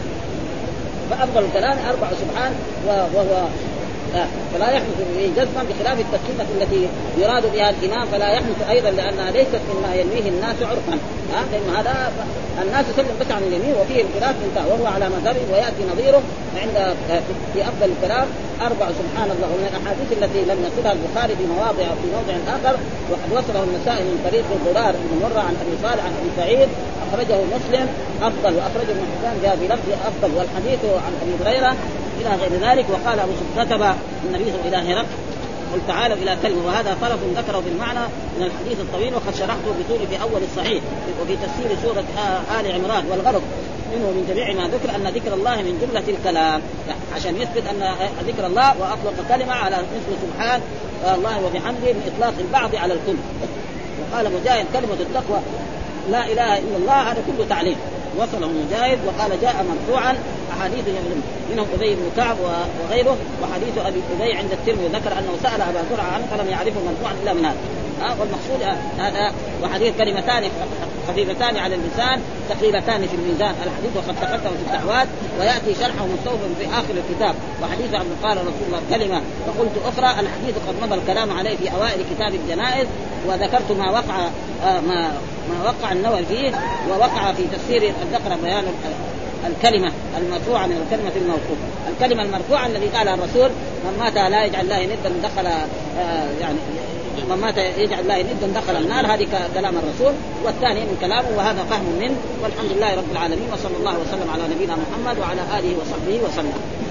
فأفضل الكلام أربع سبحان وهو فلا يحدث به جزما بخلاف التسليمة التي يراد بها الإمام فلا يحدث أيضا لأنها ليست مما ينويه الناس عرفا ها لأن هذا الناس يسلم بس عن اليمين وفيه الخلاف منتهى وهو على مذهب ويأتي نظيره عند في أفضل الكلام أربع سبحان الله. ومن الأحاديث التي لم يصلها البخاري في مواضع في موضع آخر وقد وصله النسائي من طريق الضرار بن مرة عن أبي صالح عن أبي سعيد أخرجه مسلم أفضل وأخرجه ابن حبان جاء بلفظ أفضل والحديث عن أبي هريرة إلى غير ذلك. وقال أبو سفيان كتب النبي صلى الله عليه وسلم قل تعالوا إلى كلمة وهذا طرف ذكره بالمعنى من الحديث الطويل وقد شرحته بطول في أول الصحيح وفي تفسير سورة آل عمران والغرض منه من جميع ما ذكر أن ذكر الله من جملة الكلام عشان يثبت أن ذكر الله وأطلق كلمة على مثل سبحان الله وبحمده من إطلاق البعض على الكل. وقال مجاهد كلمة التقوى لا إله إلا الله هذا كله تعليم وصله مجاهد. وقال جاء مرفوعا أحاديث منهم أبي بن كعب وغيره وحديث أبي أبي عند الترمذي ذكر أنه سأل أبا زرعة عنه فلم يعرفه مرفوعا إلا من هذا ها والمقصود هذا. وحديث كلمتان خفيفتان على اللسان ثقيلتان في الميزان الحديث وقد تقدم في الدعوات وياتي شرحه مستوفى في اخر الكتاب. وحديث عبد قال رسول الله كلمه فقلت اخرى الحديث قد مضى الكلام عليه في اوائل كتاب الجنائز وذكرت ما وقع ما ما وقع النووي فيه ووقع في تفسير الذكر بيان الكلمة المرفوعة من الكلمة الموقوفة. الكلمة المرفوعة الذي قالها الرسول من مات لا يجعل الله ندا دخل يعني من مات يجعل الله ندا دخل النار هذه كلام الرسول والثاني من كلامه وهذا فهم منه. والحمد لله رب العالمين وصلى الله وسلم على نبينا محمد وعلى آله وصحبه وسلم.